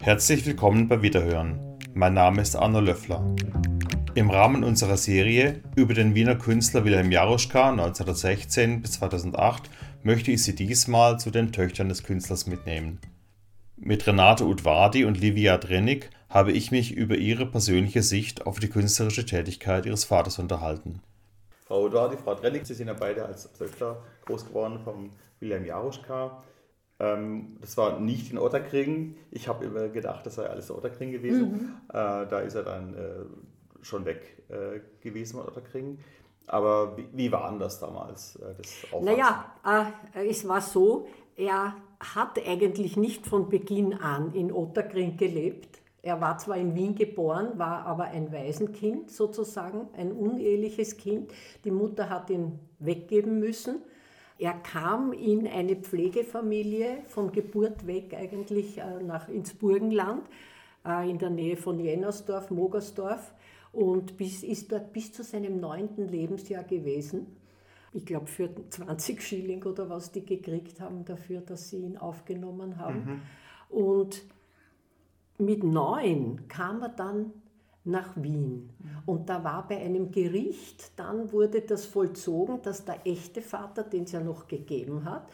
Herzlich willkommen bei Wiederhören. Mein Name ist Arno Löffler. Im Rahmen unserer Serie über den Wiener Künstler Wilhelm Jaruschka 1916 bis 2008 möchte ich Sie diesmal zu den Töchtern des Künstlers mitnehmen. Mit Renate Udvardi und Livia Drenig habe ich mich über ihre persönliche Sicht auf die künstlerische Tätigkeit ihres Vaters unterhalten. Frau Udvardi, Frau Drenig, Sie sind ja beide als Töchter groß geworden vom Wilhelm Jaruschka. Das war nicht in Ottakring. Ich habe immer gedacht, das sei alles Ottakring gewesen. Da ist er dann schon weg gewesen von Ottakring. Aber wie war denn das damals, das Aufwachsen? Es war so, er hat eigentlich nicht von Beginn an in Ottakring gelebt. Er war zwar in Wien geboren, war aber ein Waisenkind sozusagen, ein uneheliches Kind. Die Mutter hat ihn weggeben müssen. Er kam in eine Pflegefamilie von Geburt weg eigentlich ins Burgenland, in der Nähe von Jennersdorf, Mogersdorf, und ist dort bis zu seinem 9. Lebensjahr gewesen. Ich glaube für 20 Schilling oder was die gekriegt haben dafür, dass sie ihn aufgenommen haben. Und mit 9 kam er dann nach Wien. Und da war bei einem Gericht, dann wurde das vollzogen, dass der echte Vater, den es ja noch gegeben hat,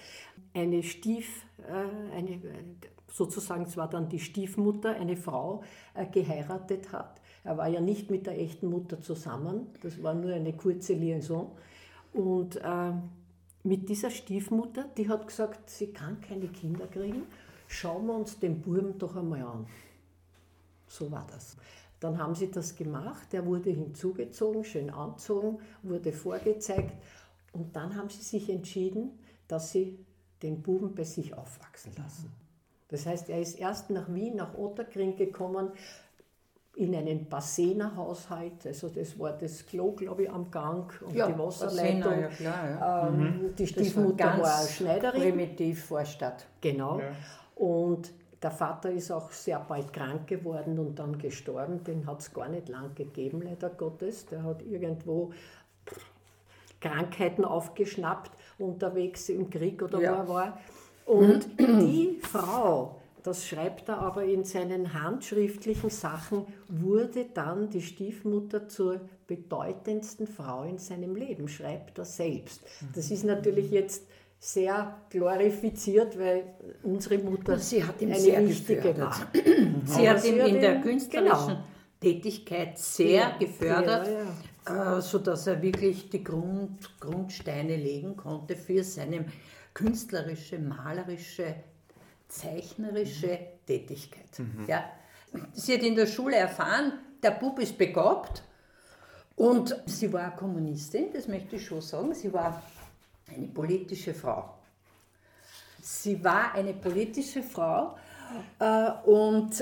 sozusagen, es war dann die Stiefmutter, eine Frau geheiratet hat. Er war ja nicht mit der echten Mutter zusammen, das war nur eine kurze Liaison. Und mit dieser Stiefmutter, die hat gesagt, sie kann keine Kinder kriegen, schauen wir uns den Buben doch einmal an. So war das. Dann haben sie das gemacht, er wurde hinzugezogen, schön angezogen, wurde vorgezeigt und dann haben sie sich entschieden, dass sie den Buben bei sich aufwachsen lassen. Das heißt, er ist erst nach Wien, nach Ottakring gekommen, in einen Bassener-Haushalt, also das war das Klo, glaube ich, am Gang und die Wasserleitung. Bassener, ja klar, ja. Die Stiefmutter war Schneiderin. Primitiv Vorstadt. Genau. Ja. Und der Vater ist auch sehr bald krank geworden und dann gestorben. Den hat es gar nicht lang gegeben, leider Gottes. Der hat irgendwo Krankheiten aufgeschnappt, unterwegs im Krieg oder wo er war. Und die Frau, das schreibt er aber in seinen handschriftlichen Sachen, wurde dann die Stiefmutter zur bedeutendsten Frau in seinem Leben, schreibt er selbst. Das ist natürlich jetzt sehr glorifiziert, weil unsere Mutter sie hat ihn eine sehr wichtige war. Sie hat ihn in der künstlerischen Tätigkeit sehr gefördert, sodass er wirklich die Grundsteine legen konnte für seine künstlerische, malerische, zeichnerische Tätigkeit. Ja. Sie hat in der Schule erfahren, der Bub ist begabt und sie war Kommunistin, das möchte ich schon sagen, sie war eine politische Frau. Sie war eine politische Frau und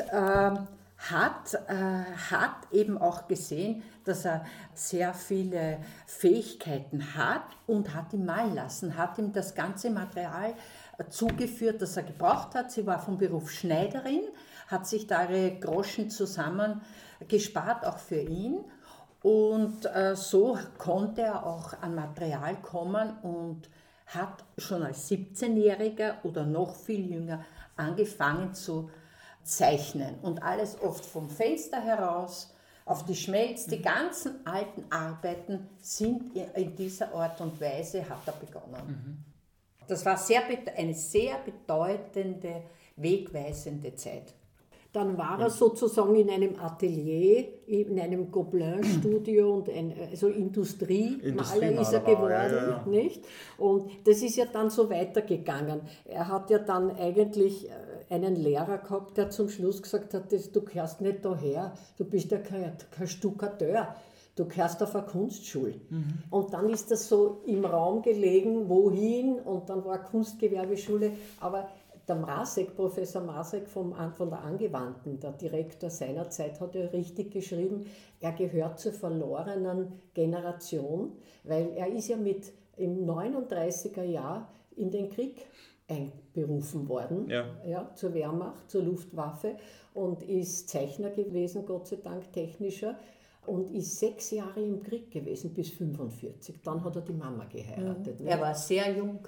hat eben auch gesehen, dass er sehr viele Fähigkeiten hat und hat ihn malen lassen, hat ihm das ganze Material zugeführt, das er gebraucht hat. Sie war vom Beruf Schneiderin, hat sich da ihre Groschen zusammen gespart, auch für ihn. Und so konnte er auch an Material kommen und hat schon als 17-Jähriger oder noch viel jünger angefangen zu zeichnen. Und alles oft vom Fenster heraus, auf die Schmelz. Die ganzen alten Arbeiten sind in dieser Art und Weise, hat er begonnen. Das war eine sehr bedeutende, wegweisende Zeit. Dann war er sozusagen in einem Atelier, in einem Gobelin-Studio und also Industriemaler ist er geworden, nicht? Und das ist ja dann so weitergegangen. Er hat ja dann eigentlich einen Lehrer gehabt, der zum Schluss gesagt hat, du gehörst nicht daher, du bist ja kein Stuckateur, du gehörst auf eine Kunstschule. Und dann ist das so im Raum gelegen, wohin, und dann war Kunstgewerbeschule, aber der Masek, Professor Masek von der Angewandten, der Direktor seiner Zeit, hat ja richtig geschrieben, er gehört zur verlorenen Generation, weil er ist ja im 39er Jahr in den Krieg einberufen worden, zur Wehrmacht, zur Luftwaffe, und ist Zeichner gewesen, Gott sei Dank technischer, und ist 6 Jahre im Krieg gewesen, bis 1945. Dann hat er die Mama geheiratet. Er war sehr jung.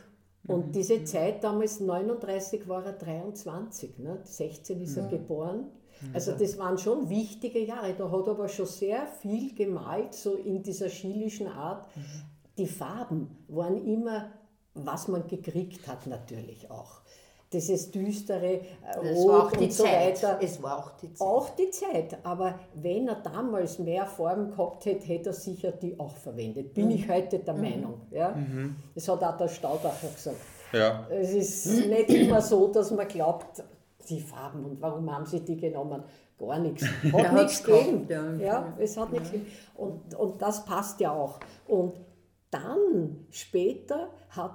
Und diese Zeit damals, 39 war er 23, ne? 16 ist er geboren. Also das waren schon wichtige Jahre. Da hat er aber schon sehr viel gemalt, so in dieser chilischen Art. Die Farben waren immer, was man gekriegt hat natürlich auch. Dieses düstere Rot und so weiter. Es war auch die Zeit. Auch die Zeit, aber wenn er damals mehr Farben gehabt hätte, hätte er sicher die auch verwendet. Bin ich heute der Meinung. Ja? Das hat auch der Staudacher gesagt. Ja. Es ist nicht immer so, dass man glaubt, die Farben und warum haben sie die genommen? Gar nichts. Hat nichts gegeben. Ja, es hat nichts gegeben. Und das passt ja auch. Und dann, später,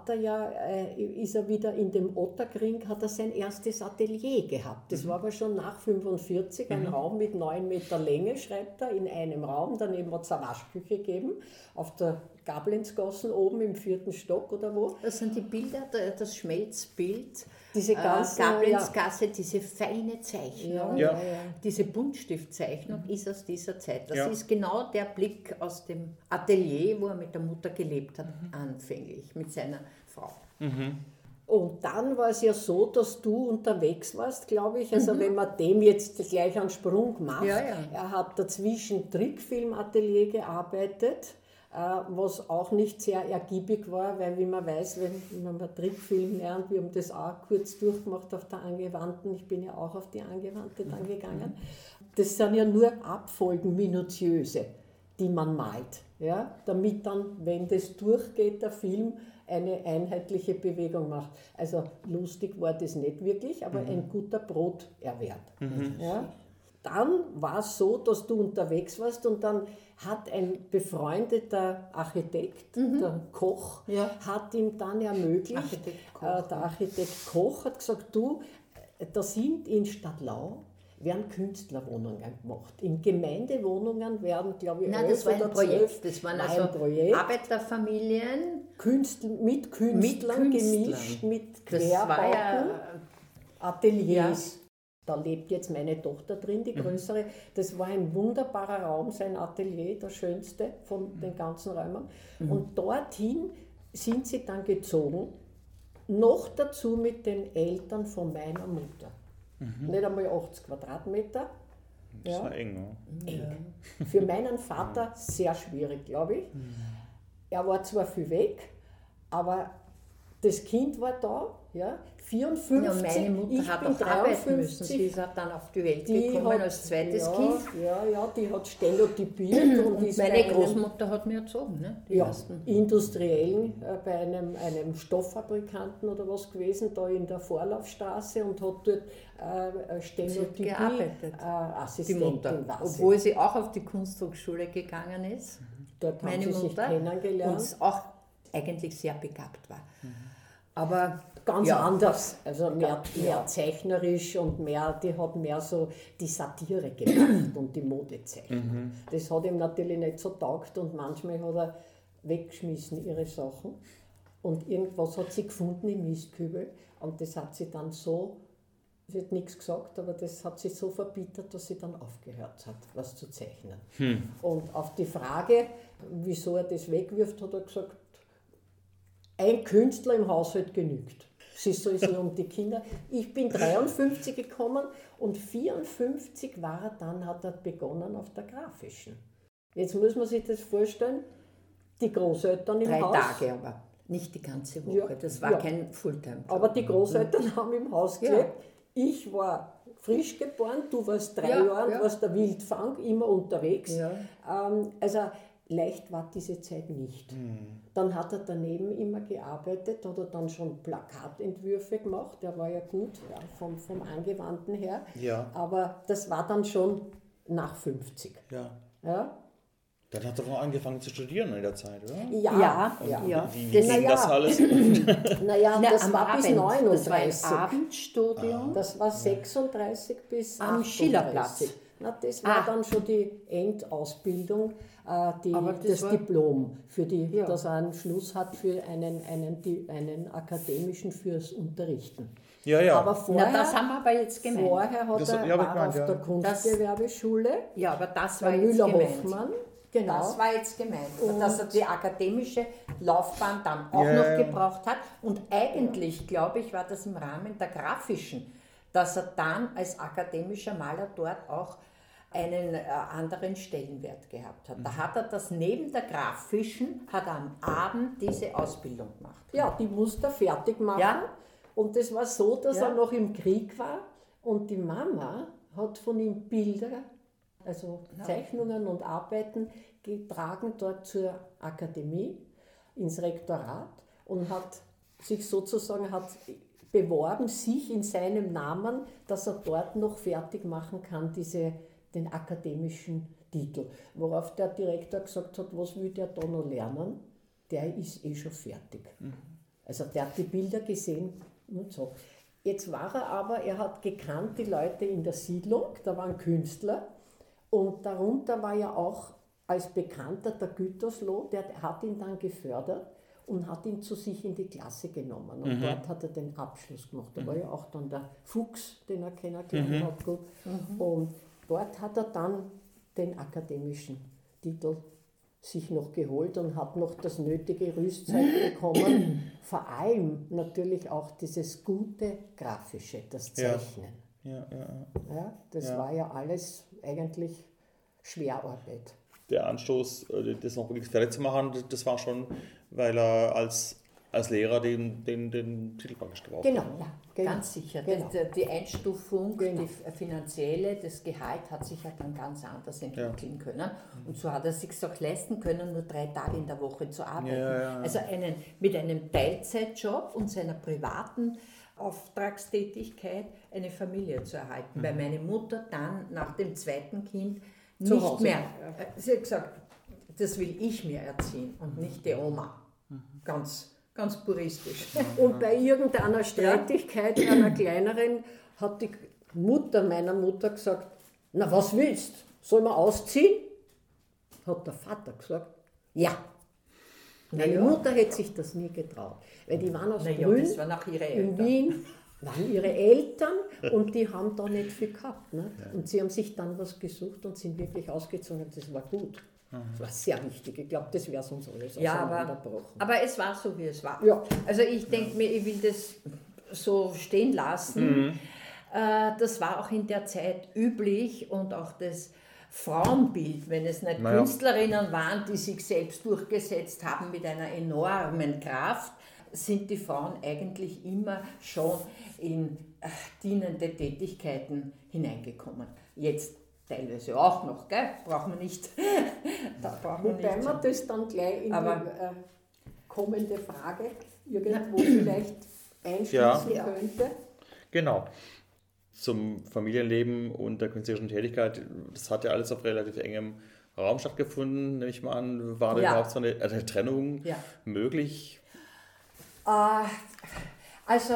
ist er wieder in dem Otterkring, hat er sein erstes Atelier gehabt. Das war aber schon nach 45, ein Raum mit 9 Meter Länge, schreibt er, in einem Raum. Daneben hat es eine Waschküche gegeben, auf der Gablenzgassen oben im 4. Stock oder wo. Das sind die Bilder, das Schmelzbild, Diese ganzen, Gablenzgasse, diese feine Zeichnung, Ja. diese Buntstiftzeichnung ist aus dieser Zeit. Das ist genau der Blick aus dem Atelier, wo er mit der Mutter gelebt hat, anfänglich, mit seiner Frau. Und dann war es ja so, dass du unterwegs warst, glaube ich. Also wenn man dem jetzt gleich einen Sprung macht. Er hat dazwischen Trickfilmatelier gearbeitet, was auch nicht sehr ergiebig war, weil wie man weiß, wenn man Trickfilm lernt, wir haben das auch kurz durchgemacht auf der Angewandten, ich bin ja auch auf die Angewandte dann gegangen. Das sind ja nur Abfolgen, minutiöse, die man malt, ja? Damit dann, wenn das durchgeht, der Film eine einheitliche Bewegung macht. Also lustig war das nicht wirklich, aber ein guter Broterwerb. Ja? Dann war es so, dass du unterwegs warst und dann hat ein befreundeter Architekt, der Koch, hat ihm dann ermöglicht, der Architekt Koch hat gesagt, du, da sind in Stadtlau werden Künstlerwohnungen gemacht. In Gemeindewohnungen werden, glaube ich, Nein, das war ein Projekt. 12, Das waren ein also Projekt. Arbeiterfamilien. Mit Künstlern gemischt, mit Querbauten, Ateliers. Da lebt jetzt meine Tochter drin, die größere. Das war ein wunderbarer Raum, sein Atelier, der schönste von den ganzen Räumen. Und dorthin sind sie dann gezogen, noch dazu mit den Eltern von meiner Mutter. Nicht einmal 80 Quadratmeter. Das war eng, ne? Eng. Für meinen Vater sehr schwierig, glaube ich. Er war zwar viel weg, aber das Kind war da, ja, 54, Ja, meine Mutter ich hat bin auch arbeiten 53. müssen. Sie ist auch dann auf die Welt gekommen als zweites Kind. Ja, die hat stereotypiert und ist Meine bei einem, Großmutter hat mich erzogen, ne? Die ersten. Industriellen bei einem Stofffabrikanten oder was gewesen, da in der Vorlaufstraße und hat dort Stenotipie gearbeitet, die Assistentin Mutter. war sie. Obwohl sie auch auf die Kunsthochschule gegangen ist. Dort haben Meine sie sich Mutter. kennengelernt. Und auch eigentlich sehr begabt war. Aber Ganz anders, also mehr zeichnerisch und die hat mehr so die Satire gemacht und die Modezeichnung. Das hat ihm natürlich nicht so taugt und manchmal hat er weggeschmissen ihre Sachen und irgendwas hat sie gefunden im Mistkübel und das hat sie dann so, sie hat nichts gesagt, aber das hat sie so verbittert, dass sie dann aufgehört hat, was zu zeichnen. Und auf die Frage, wieso er das wegwirft, hat er gesagt, ein Künstler im Haushalt genügt. Es ist so um die Kinder. Ich bin 53 gekommen und 54 war er dann, hat er begonnen auf der Grafischen. Jetzt muss man sich das vorstellen, die Großeltern im 3 Haus. Tage aber, nicht die ganze Woche. Ja, Das war kein Fulltime. Aber die Großeltern haben im Haus gelebt. Ich war frisch geboren, du warst 3 Jahre, du warst der Wildfang, immer unterwegs. Ja. Also leicht war diese Zeit nicht. Dann hat er daneben immer gearbeitet, hat er dann schon Plakatentwürfe gemacht, der war ja gut, ja, vom Angewandten her. Ja. Aber das war dann schon nach 50. Ja. Ja? Dann hat er noch angefangen zu studieren in der Zeit, oder? Ja. Wie ging das alles? Naja, das am war bis Abend. 39. Das war ein Abendstudium. Das war 36 bis Am 38. Schillerplatz. Na, das war dann schon die Endausbildung, das Diplom, das er einen Schluss hat für einen akademischen fürs Unterrichten. Ja. Aber vorher, das haben wir aber jetzt gemeint. Vorher Das hab ich war er gemeint, auf ja. der Kunstgewerbeschule Ja, aber das bei war jetzt gemeint. Müller-Hoffmann. Genau. Das war jetzt gemeint, dass er die akademische Laufbahn dann auch noch gebraucht hat. Und eigentlich, glaube ich, war das im Rahmen der grafischen, dass er dann als akademischer Maler dort auch einen anderen Stellenwert gehabt hat. Da hat er das neben der grafischen, hat er am Abend diese Ausbildung gemacht. Ja, die musste er fertig machen. Ja. Und das war so, dass er noch im Krieg war und die Mama hat von ihm Bilder, also Zeichnungen und Arbeiten getragen dort zur Akademie, ins Rektorat und hat sich sozusagen beworben, sich in seinem Namen, dass er dort noch fertig machen kann, den akademischen Titel. Worauf der Direktor gesagt hat, was will der da noch lernen? Der ist schon fertig. Also der hat die Bilder gesehen und so. Jetzt war er hat gekannt die Leute in der Siedlung, da waren Künstler und darunter war ja auch als Bekannter der Gütersloh, der hat ihn dann gefördert und hat ihn zu sich in die Klasse genommen. Und dort hat er den Abschluss gemacht. Da war ja auch dann der Fuchs, den er kennengelernt hat. Gut. Und dort hat er dann den akademischen Titel sich noch geholt und hat noch das nötige Rüstzeug bekommen. Vor allem natürlich auch dieses gute Grafische, das Zeichnen. Ja, das war ja alles eigentlich Schwerarbeit. Der Anstoß, das noch wirklich fertig zu machen, das war schon, weil er als Lehrer den Titel praktisch gebraucht hat. Genau. Ganz sicher. Genau. Die Einstufung, die finanzielle, das Gehalt hat sich ja dann ganz anders entwickeln können. Und so hat er es sich auch leisten können, nur 3 Tage in der Woche zu arbeiten. Also mit einem Teilzeitjob und seiner privaten Auftragstätigkeit eine Familie zu erhalten. Weil meine Mutter dann nach dem zweiten Kind nicht mehr, sie hat gesagt, das will ich mir erziehen und nicht die Oma. Ganz puristisch. Und bei irgendeiner Streitigkeit einer kleineren hat die Mutter meiner Mutter gesagt, na was willst, soll man ausziehen? Hat der Vater gesagt, ja. Meine Mutter hätte sich das nie getraut, weil die waren aus Brünn, das waren auch ihre in Wien, waren ihre Eltern und die haben da nicht viel gehabt. Ne? Und sie haben sich dann was gesucht und sind wirklich ausgezogen, das war gut. Das war sehr wichtig. Ich glaube, das wäre sonst alles auseinanderbrochen. Aber es war so, wie es war. Ja. Also ich denke mir, ich will das so stehen lassen. Das war auch in der Zeit üblich und auch das Frauenbild, wenn es nicht Künstlerinnen waren, die sich selbst durchgesetzt haben mit einer enormen Kraft, sind die Frauen eigentlich immer schon in dienende Tätigkeiten hineingekommen. Jetzt teilweise auch noch, gell? Brauchen wir nicht. Wobei man das dann gleich in die kommende Frage irgendwo vielleicht einschließen könnte. Genau. Zum Familienleben und der künstlerischen Tätigkeit, das hat ja alles auf relativ engem Raum stattgefunden, nehme ich mal an. War da überhaupt so eine Trennung möglich? Also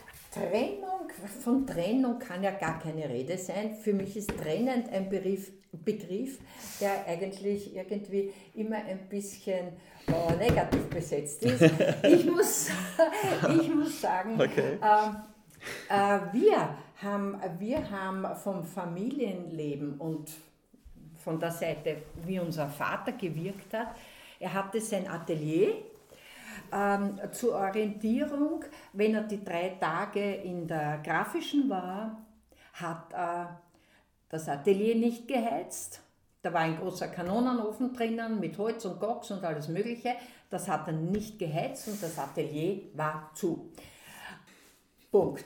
von Trennung kann ja gar keine Rede sein. Für mich ist trennend ein Begriff, der eigentlich irgendwie immer ein bisschen negativ besetzt ist. Ich muss sagen, wir haben vom Familienleben und von der Seite, wie unser Vater gewirkt hat, er hatte sein Atelier. Zur Orientierung, wenn er die 3 Tage in der grafischen war, hat er das Atelier nicht geheizt. Da war ein großer Kanonenofen drinnen mit Holz und Koks und alles Mögliche. Das hat er nicht geheizt und das Atelier war zu. Punkt.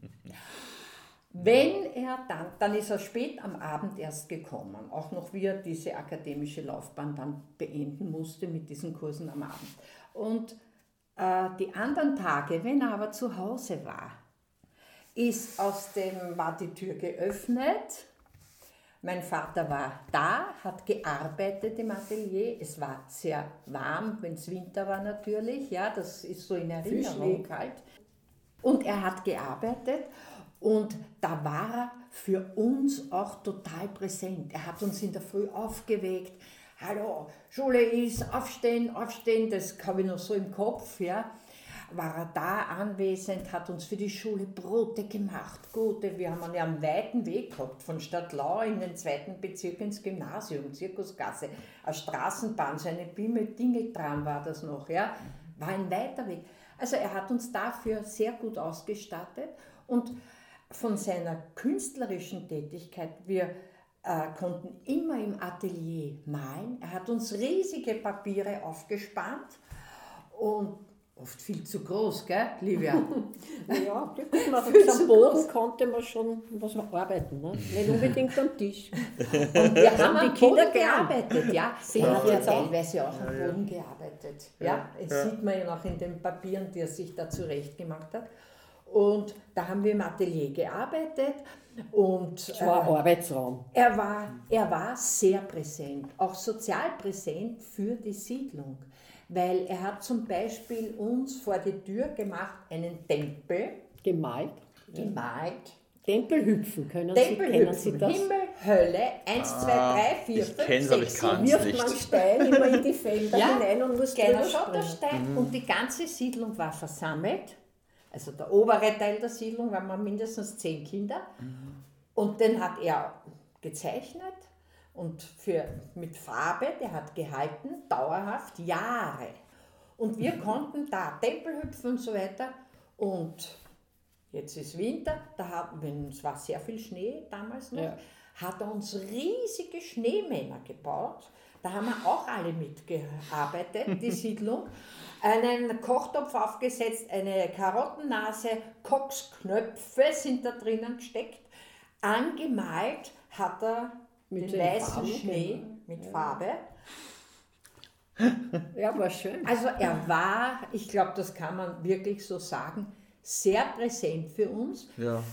Wenn er dann ist er spät am Abend erst gekommen, auch noch wie er diese akademische Laufbahn dann beenden musste mit diesen Kursen am Abend. Und die anderen Tage, wenn er aber zu Hause war, war die Tür geöffnet. Mein Vater war da, hat gearbeitet im Atelier. Es war sehr warm, wenn es Winter war natürlich. Ja, das ist so in Erinnerung halt. Und er hat gearbeitet und da war er für uns auch total präsent. Er hat uns in der Früh aufgeweckt. Hallo, Schule ist, aufstehen, das habe ich noch so im Kopf, ja. war er da anwesend, hat uns für die Schule Brote gemacht, gute. Wir haben ja einen weiten Weg gehabt, von Stadtlau in den 2. Bezirk ins Gymnasium, Zirkusgasse, eine Straßenbahn, so eine Bimmel-Dinge-Tram war das noch, ja, war ein weiter Weg. Also er hat uns dafür sehr gut ausgestattet und von seiner künstlerischen Tätigkeit, wir konnten immer im Atelier malen. Er hat uns riesige Papiere aufgespannt und oft viel zu groß, gell, Livia? Ja, am Boden konnte man schon was arbeiten, ne? Nicht unbedingt am Tisch. Und wir haben die Kinder gearbeitet, ja. Sie hat ja teilweise auch am Boden gearbeitet. Ja, das sieht man ja noch in den Papieren, die er sich da zurecht gemacht hat. Und da haben wir im Atelier gearbeitet. Und es war ein Arbeitsraum. Er war sehr präsent, auch sozial präsent für die Siedlung. Weil er hat zum Beispiel uns vor die Tür gemacht einen Tempel. Gemalt. Tempelhüpfen, kennen Sie das? Himmel, Hölle, 1, 2, 3, 4, 5, 6, 7. Wirft man Stein immer in die Felder hinein und muss drüber springen. Und die ganze Siedlung war versammelt. Also der obere Teil der Siedlung waren mindestens 10 Kinder. Und den hat er gezeichnet und mit Farbe, der hat gehalten, dauerhaft Jahre. Und wir konnten da Tempel hüpfen und so weiter. Und jetzt ist Winter, es war sehr viel Schnee damals noch, hat er uns riesige Schneemänner gebaut. Da haben wir auch alle mitgearbeitet, die Siedlung. Einen Kochtopf aufgesetzt, eine Karottennase, Koksknöpfe sind da drinnen gesteckt. Angemalt hat er den weißen Schnee mit Farbe. Ja, war schön. Also er war, ich glaube, das kann man wirklich so sagen, sehr präsent für uns.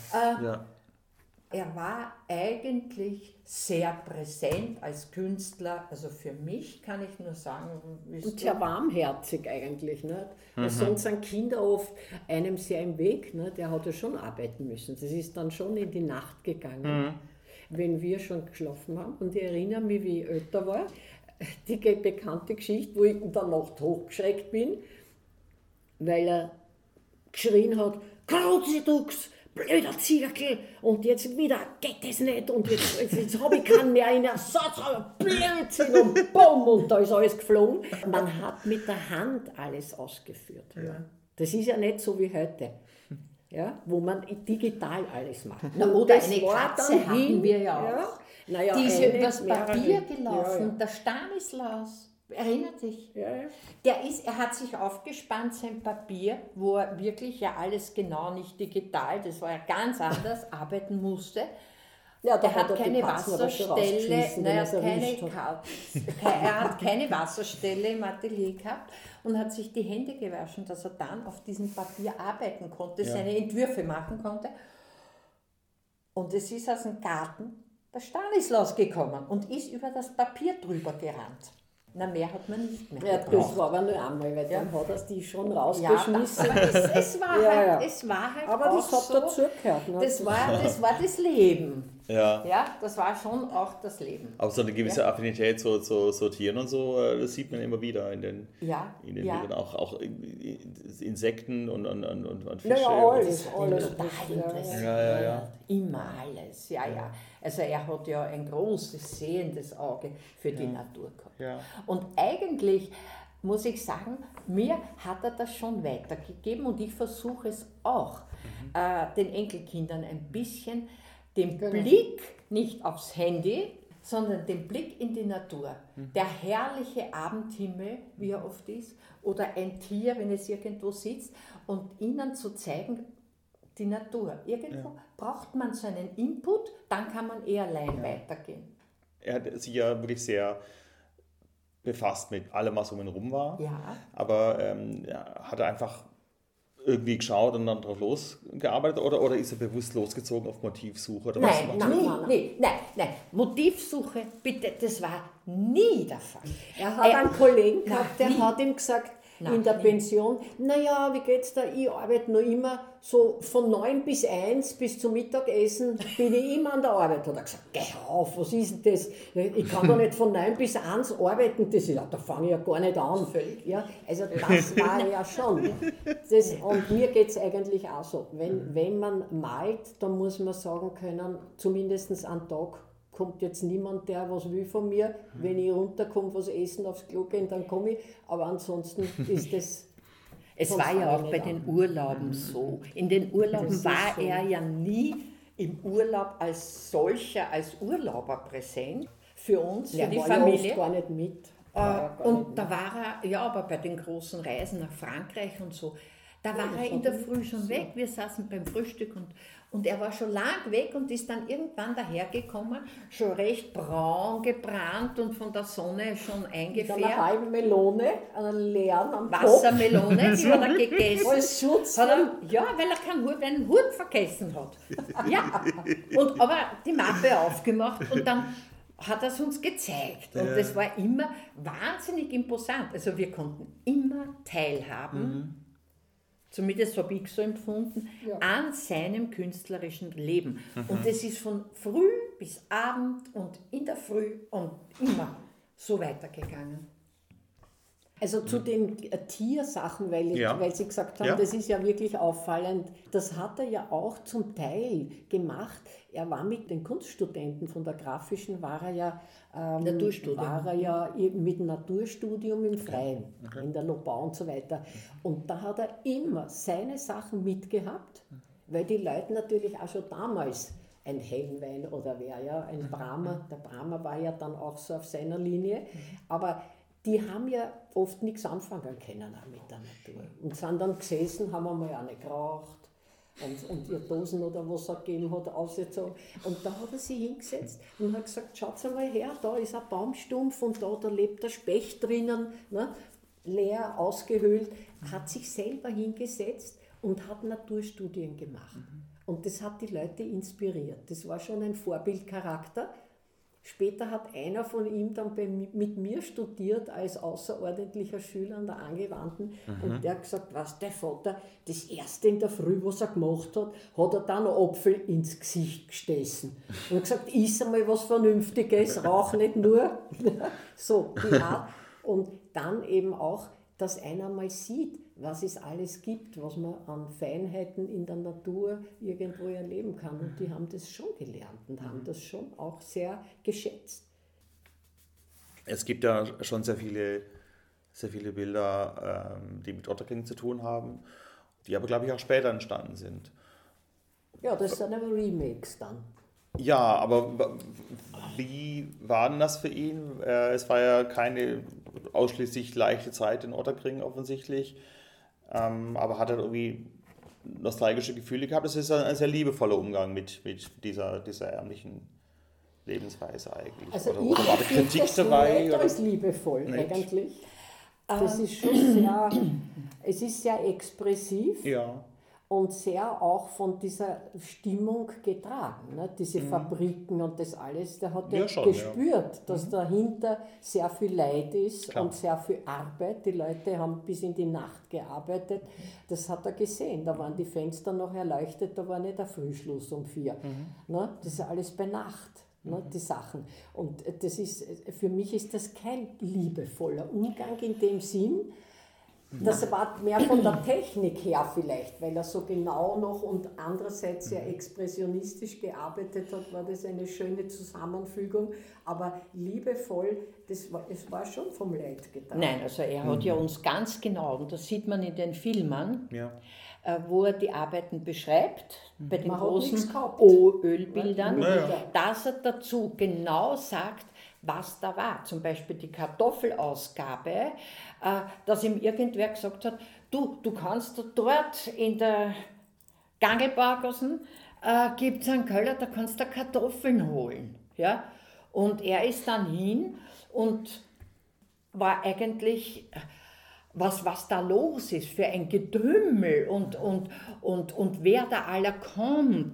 Er war eigentlich sehr präsent als Künstler, also für mich kann ich nur sagen. Und sehr warmherzig eigentlich. Nicht? Weil sonst sind Kinder oft einem sehr im Weg, nicht? Der hat ja schon arbeiten müssen. Das ist dann schon in die Nacht gegangen, wenn wir schon geschlafen haben. Und ich erinnere mich, wie ich älter war, die bekannte Geschichte, wo ich in der Nacht hochgeschreckt bin, weil er geschrien hat, Kruzidux, blöder Zirkel, und jetzt wieder geht es nicht und jetzt habe ich keinen mehr in Ersatz, aber Blödsinn und bumm, und da ist alles geflogen. Man hat mit der Hand alles ausgeführt. Ja. Das ist ja nicht so wie heute, ja, wo man digital alles macht. Oder eine Katze hatten wir ja auch. Naja, die ist übers Papier gelaufen, der Stanislaus. Erinnert sich? Ja. Er hat sich aufgespannt, sein Papier, wo er wirklich ja alles genau, nicht digital, das war ja ganz anders, arbeiten musste. Ja, der hat keine Wasserstelle, er hat keine Wasserstelle im Atelier gehabt und hat sich die Hände gewaschen, dass er dann auf diesem Papier arbeiten konnte, seine Entwürfe machen konnte. Und es ist aus dem Garten der Stanislaus gekommen und ist über das Papier drüber gerannt. Na, mehr hat man nicht mehr. Ja, das war aber nur einmal, weil dann hat er die schon rausgeschmissen. Ja, es war halt aber das hat so, dazu gehört. Ne? Das war das Leben. Ja, das war schon auch das Leben. Aber so eine gewisse Affinität zu Tieren und so, das sieht man immer wieder in den Bildern. Auch Insekten und Fische. Ja, alles. Total interessiert. Ja. Immer alles, ja. Also er hat ja ein großes sehendes Auge für die Natur gehabt. Ja. Und eigentlich muss ich sagen, mir hat er das schon weitergegeben und ich versuche es auch, den Enkelkindern ein bisschen den Blick nicht aufs Handy, sondern den Blick in die Natur. Der herrliche Abendhimmel, wie er oft ist, oder ein Tier, wenn es irgendwo sitzt, und ihnen zu zeigen, die Natur. Irgendwo braucht man so einen Input, dann kann man eher allein weitergehen. Er hat sich ja wirklich sehr befasst mit allem, was um ihn rum war. Ja. Aber hat er einfach irgendwie geschaut und dann drauf losgearbeitet oder ist er bewusst losgezogen auf Motivsuche? Oder Nein. Motivsuche, bitte, das war nie der Fall. Er hat einen Kollegen gehabt, der hat ihm gesagt, in der Pension, naja, wie geht's da? Ich arbeite noch immer so von 9 bis 1 bis zum Mittagessen bin ich immer an der Arbeit. Hat er gesagt, geh auf, was ist denn das? Ich kann doch nicht von 9 bis 1 arbeiten, das ist, da fange ich ja gar nicht an. Ja, also das war ja schon. Und mir geht es eigentlich auch so. Wenn man malt, dann muss man sagen können, zumindest am Tag kommt jetzt niemand, der was will von mir. Wenn ich runterkomme, was essen, aufs Klo gehen, dann komme ich. Aber ansonsten ist das... Es war ja auch bei den Urlauben so. In den Urlauben war er ja nie im Urlaub als solcher, als Urlauber präsent. Für uns, für die Familie. Ja gar nicht mit. Und da war er, ja, aber bei den großen Reisen nach Frankreich und so, da war er in der Früh schon weg. Wir saßen beim Frühstück und er war schon lang weg und ist dann irgendwann dahergekommen, schon recht braun gebrannt und von der Sonne schon eingefärbt. Eine halbe Melone, einen leeren am Wassermelone, die hat er gegessen. Als Schutz. Ja, weil er einen Hut vergessen hat. Ja, aber die Mappe aufgemacht und dann hat er es uns gezeigt. Und das war immer wahnsinnig imposant. Also wir konnten immer teilhaben, zumindest habe ich so empfunden, an seinem künstlerischen Leben. Und das ist von früh bis Abend und in der Früh und immer so weitergegangen. Also zu den Tiersachen, weil Sie gesagt haben, das ist ja wirklich auffallend, das hat er ja auch zum Teil gemacht. Er war mit den Kunststudenten von der Grafischen, war er ja mit Naturstudium im Freien, in der Lobau und so weiter. Und da hat er immer seine Sachen mitgehabt, weil die Leute natürlich auch schon damals ein Helnwein oder ein Brahmer, der Brahmer war ja dann auch so auf seiner Linie, aber die haben ja oft nichts anfangen können auch mit der Natur. Und sind dann gesessen, haben einmal eine geraucht und ihr Dosen oder was er gegeben hat, ausgezogen. Und da hat er sich hingesetzt und hat gesagt, schaut mal her, da ist ein Baumstumpf und da lebt der Specht drinnen, ne, leer, ausgehöhlt, hat sich selber hingesetzt und hat Naturstudien gemacht. Und das hat die Leute inspiriert. Das war schon ein Vorbildcharakter. Später hat einer von ihm dann mit mir studiert als außerordentlicher Schüler an der Angewandten und der hat gesagt, was der Vater, das erste in der Früh, was er gemacht hat er dann einen Apfel ins Gesicht gestessen. Und hat gesagt, iss einmal was Vernünftiges, rauch nicht nur. So, die Art. Und dann eben auch, dass einer mal sieht, was es alles gibt, was man an Feinheiten in der Natur irgendwo erleben kann. Und die haben das schon gelernt und haben das schon auch sehr geschätzt. Es gibt ja schon sehr viele Bilder, die mit Otterkring zu tun haben, die aber, glaube ich, auch später entstanden sind. Ja, das sind aber Remakes dann. Ja, aber wie war denn das für ihn? Es war ja keine ausschließlich leichte Zeit in Otterkring offensichtlich, aber hat er irgendwie nostalgische Gefühle gehabt? Das ist ein sehr liebevoller Umgang mit dieser ärmlichen Lebensweise eigentlich. Also oder ich war da Kritik dabei? Das ist liebevoll nicht? Eigentlich. Das ist schon sehr, es ist sehr expressiv. Ja. Und sehr auch von dieser Stimmung getragen, ne? Diese Fabriken und das alles, der hat ja schon gespürt, dass dahinter sehr viel Leid ist und sehr viel Arbeit. Die Leute haben bis in die Nacht gearbeitet, das hat er gesehen. Da waren die Fenster noch erleuchtet, da war nicht der Frühschluss um 4. Ne? Das ist alles bei Nacht. Ne, die Sachen. Und das ist, für mich ist das kein liebevoller Umgang in dem Sinn. Das war mehr von der Technik her vielleicht, weil er so genau noch und andererseits sehr expressionistisch gearbeitet hat, war das eine schöne Zusammenfügung. Aber liebevoll, es war schon vom Leid getan. Nein, also er hat ja uns ganz genau, und das sieht man in den Filmen, wo er die Arbeiten beschreibt, bei den großen Ölbildern, dass er dazu genau sagt, was da war. Zum Beispiel die Kartoffelausgabe, dass ihm irgendwer gesagt hat, du kannst dort in der Gangelbaugassen, gibt es einen Keller, da kannst du Kartoffeln holen. Ja? Und er ist dann hin und war eigentlich, was da los ist für ein Gedümmel und wer da aller kommt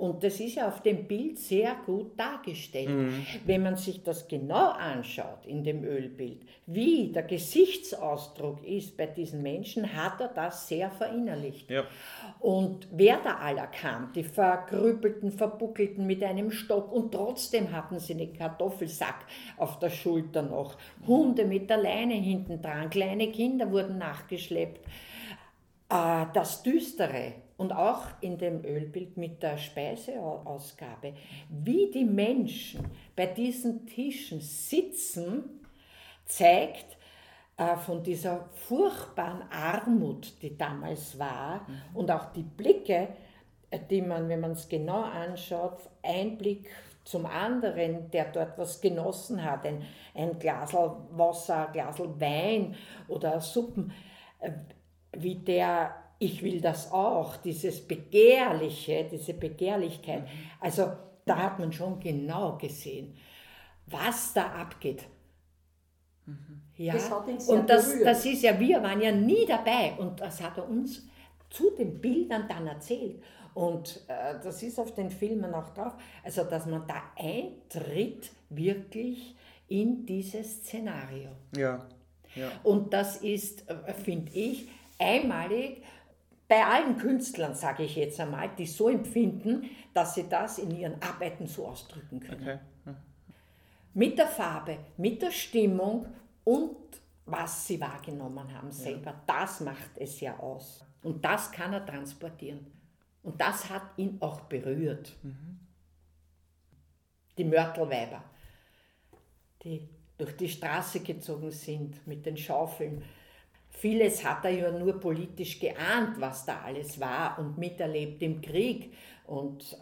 Und das ist ja auf dem Bild sehr gut dargestellt. Wenn man sich das genau anschaut in dem Ölbild, wie der Gesichtsausdruck ist bei diesen Menschen, hat er das sehr verinnerlicht. Ja. Und wer da aller kam, die verkrüppelten, verbuckelten mit einem Stock und trotzdem hatten sie einen Kartoffelsack auf der Schulter noch, Hunde mit der Leine hinten dran, kleine Kinder wurden nachgeschleppt. Das Düstere und auch in dem Ölbild mit der Speiseausgabe, wie die Menschen bei diesen Tischen sitzen, zeigt von dieser furchtbaren Armut, die damals war, und auch die Blicke, die man, wenn man es genau anschaut, ein Blick zum anderen, der dort was genossen hat, ein Glasl Wasser, ein Glasl Wein oder Suppen, wie der, ich will das auch, dieses Begehrliche, diese Begehrlichkeit. Also da hat man schon genau gesehen, was da abgeht. Ja, Das hat ihn sehr und das ist ja, wir waren ja nie dabei und das hat er uns zu den Bildern dann erzählt. Und das ist auf den Filmen auch drauf, also dass man da eintritt wirklich in dieses Szenario. Ja. Ja. Und das ist, finde ich, einmalig bei allen Künstlern, sage ich jetzt einmal, die so empfinden, dass sie das in ihren Arbeiten so ausdrücken können. Okay. Mit der Farbe, mit der Stimmung und was sie wahrgenommen haben selber. Das macht es ja aus. Und das kann er transportieren. Und das hat ihn auch berührt. Die Mörtelweiber, die durch die Straße gezogen sind mit den Schaufeln. Vieles hat er ja nur politisch geahnt, was da alles war und miterlebt im Krieg. Und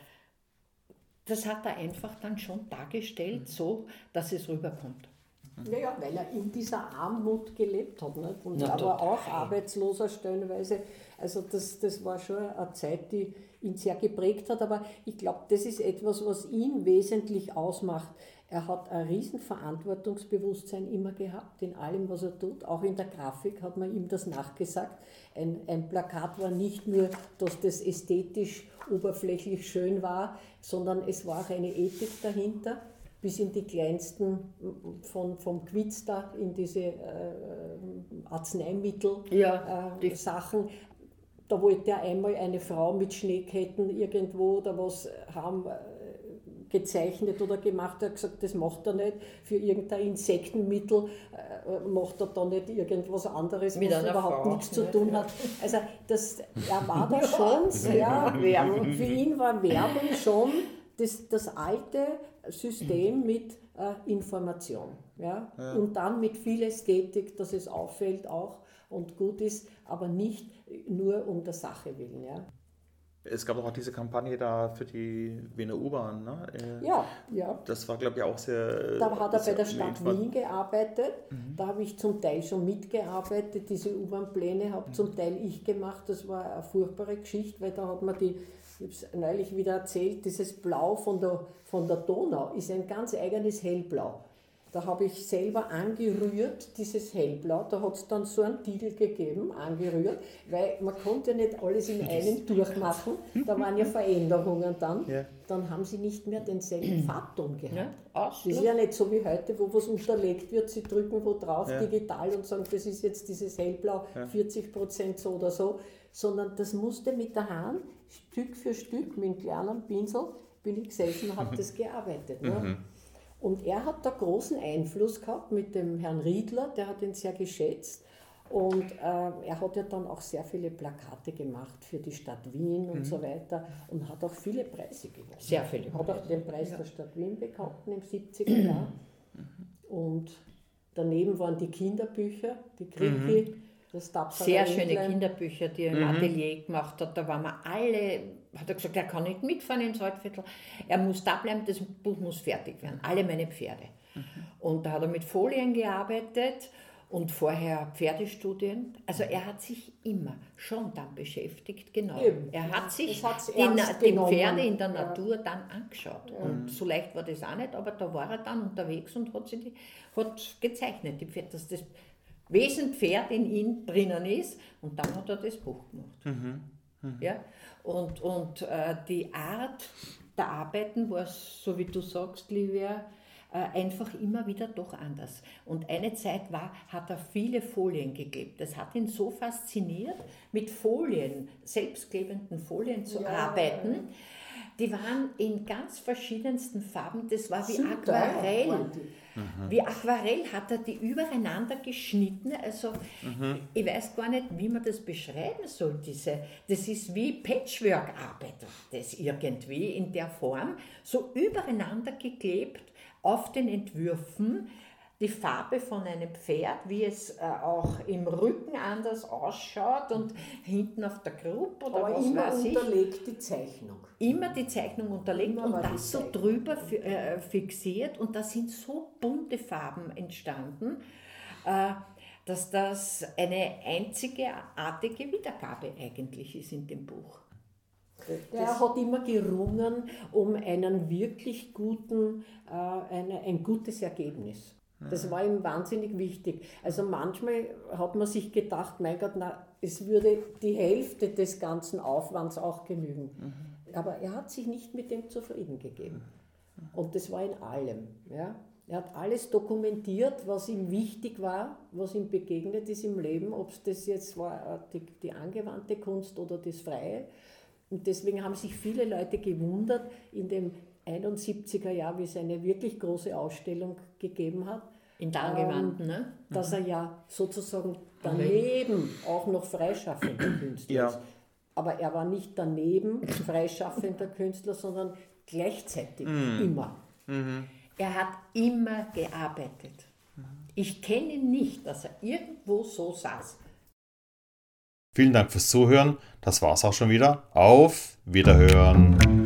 das hat er einfach dann schon dargestellt, so dass es rüberkommt. Ja, weil er in dieser Armut gelebt hat. Nicht? Und Na, er war total. auch arbeitsloser stellenweise. Also das war schon eine Zeit, die ihn sehr geprägt hat. Aber ich glaube, das ist etwas, was ihn wesentlich ausmacht. Er hat ein riesen Verantwortungsbewusstsein immer gehabt, in allem, was er tut. Auch in der Grafik hat man ihm das nachgesagt. Ein Plakat war nicht nur, dass das ästhetisch, oberflächlich schön war, sondern es war auch eine Ethik dahinter, bis in die kleinsten, vom Quiz da, in diese Arzneimittel, Die Sachen. Da wollte er einmal eine Frau mit Schneeketten irgendwo oder was haben gezeichnet oder gemacht. Er hat gesagt, das macht er nicht. Für irgendein Insektenmittel macht er da nicht irgendwas anderes, Mit was einer überhaupt Frau, nichts zu ne? tun hat. Also er war da schon sehr, für ihn war Werbung schon das alte System mit Information. Ja? Und dann mit viel Ästhetik, dass es auffällt auch und gut ist, aber nicht nur um der Sache willen. Ja? Es gab auch diese Kampagne da für die Wiener U-Bahn, ne? Ja. Das war, glaube ich, auch sehr... Da hat er bei der sehr Stadt Wien gearbeitet. Da habe ich zum Teil schon mitgearbeitet. Diese U-Bahn-Pläne habe zum Teil ich gemacht. Das war eine furchtbare Geschichte, weil da hat man ich habe es neulich wieder erzählt, dieses Blau von der Donau ist ein ganz eigenes Hellblau. Da habe ich selber angerührt, dieses Hellblau, da hat es dann so einen Titel gegeben, angerührt, weil man konnte ja nicht alles in einem durchmachen, da waren ja Veränderungen dann. Ja. Dann haben sie nicht mehr denselben Farbton gehabt. Ja, Das ist ja nicht so wie heute, wo was unterlegt wird, sie drücken wo drauf, digital und sagen, das ist jetzt dieses Hellblau, 40% so oder so, sondern das musste mit der Hand, Stück für Stück, mit einem kleinen Pinsel, bin ich gesessen und habe das gearbeitet. Ne? Und er hat da großen Einfluss gehabt mit dem Herrn Riedler, der hat ihn sehr geschätzt. Und er hat ja dann auch sehr viele Plakate gemacht für die Stadt Wien und so weiter und hat auch viele Preise gewonnen. Sehr viele Hat auch den Preis der Stadt Wien bekommen im 70er Jahr. Und daneben waren die Kinderbücher, die Kriki, das tapfere sehr schöne Entlein. Kinderbücher, die er im Atelier gemacht hat. Da waren wir alle, hat er gesagt, er kann nicht mitfahren ins Waldviertel, er muss da bleiben, das Buch muss fertig werden, alle meine Pferde. Und da hat er mit Folien gearbeitet und vorher Pferdestudien. Also er hat sich immer schon dann beschäftigt, genau. Eben. Er hat sich Es hat's die ernst die genommen. Pferde in der Ja. Natur dann angeschaut. Und so leicht war das auch nicht, aber da war er dann unterwegs und hat gezeichnet, die Pferde, dass das Wesenpferd in ihm drinnen ist, und dann hat er das Buch gemacht. Ja? Und die Art der Arbeiten war, so wie du sagst, Livia, einfach immer wieder doch anders. Und eine Zeit hat er viele Folien geklebt. Das hat ihn so fasziniert, mit Folien, selbstklebenden Folien zu arbeiten. Die waren in ganz verschiedensten Farben. Das war wie Aquarell. Wie Aquarell hat er die übereinander geschnitten. Also ich weiß gar nicht, wie man das beschreiben soll. Das ist wie Patchwork-Arbeit, das irgendwie in der Form so übereinander geklebt auf den Entwürfen. Die Farbe von einem Pferd, wie es auch im Rücken anders ausschaut und hinten auf der Gruppe oder aber was immer weiß ich. unterlegt die Zeichnung. Immer die Zeichnung unterlegt Immer und war das so drüber fixiert und da sind so bunte Farben entstanden, dass das eine einzigartige Wiedergabe eigentlich ist in dem Buch. Der hat immer gerungen um einen wirklich guten, ein gutes Ergebnis. Das war ihm wahnsinnig wichtig. Also manchmal hat man sich gedacht, mein Gott, es würde die Hälfte des ganzen Aufwands auch genügen. Aber er hat sich nicht mit dem zufrieden gegeben. Und das war in allem. Ja. Er hat alles dokumentiert, was ihm wichtig war, was ihm begegnet ist im Leben, ob es das jetzt war, die angewandte Kunst oder das Freie. Und deswegen haben sich viele Leute gewundert, in dem 71er Jahr, wie es eine wirklich große Ausstellung gegeben hat. In der Angewandten, ne? Dass er ja sozusagen daneben auch noch freischaffender Künstler ist. Aber er war nicht daneben freischaffender Künstler, sondern gleichzeitig immer. Er hat immer gearbeitet. Ich kenne ihn nicht, dass er irgendwo so saß. Vielen Dank fürs Zuhören. Das war's auch schon wieder. Auf Wiederhören.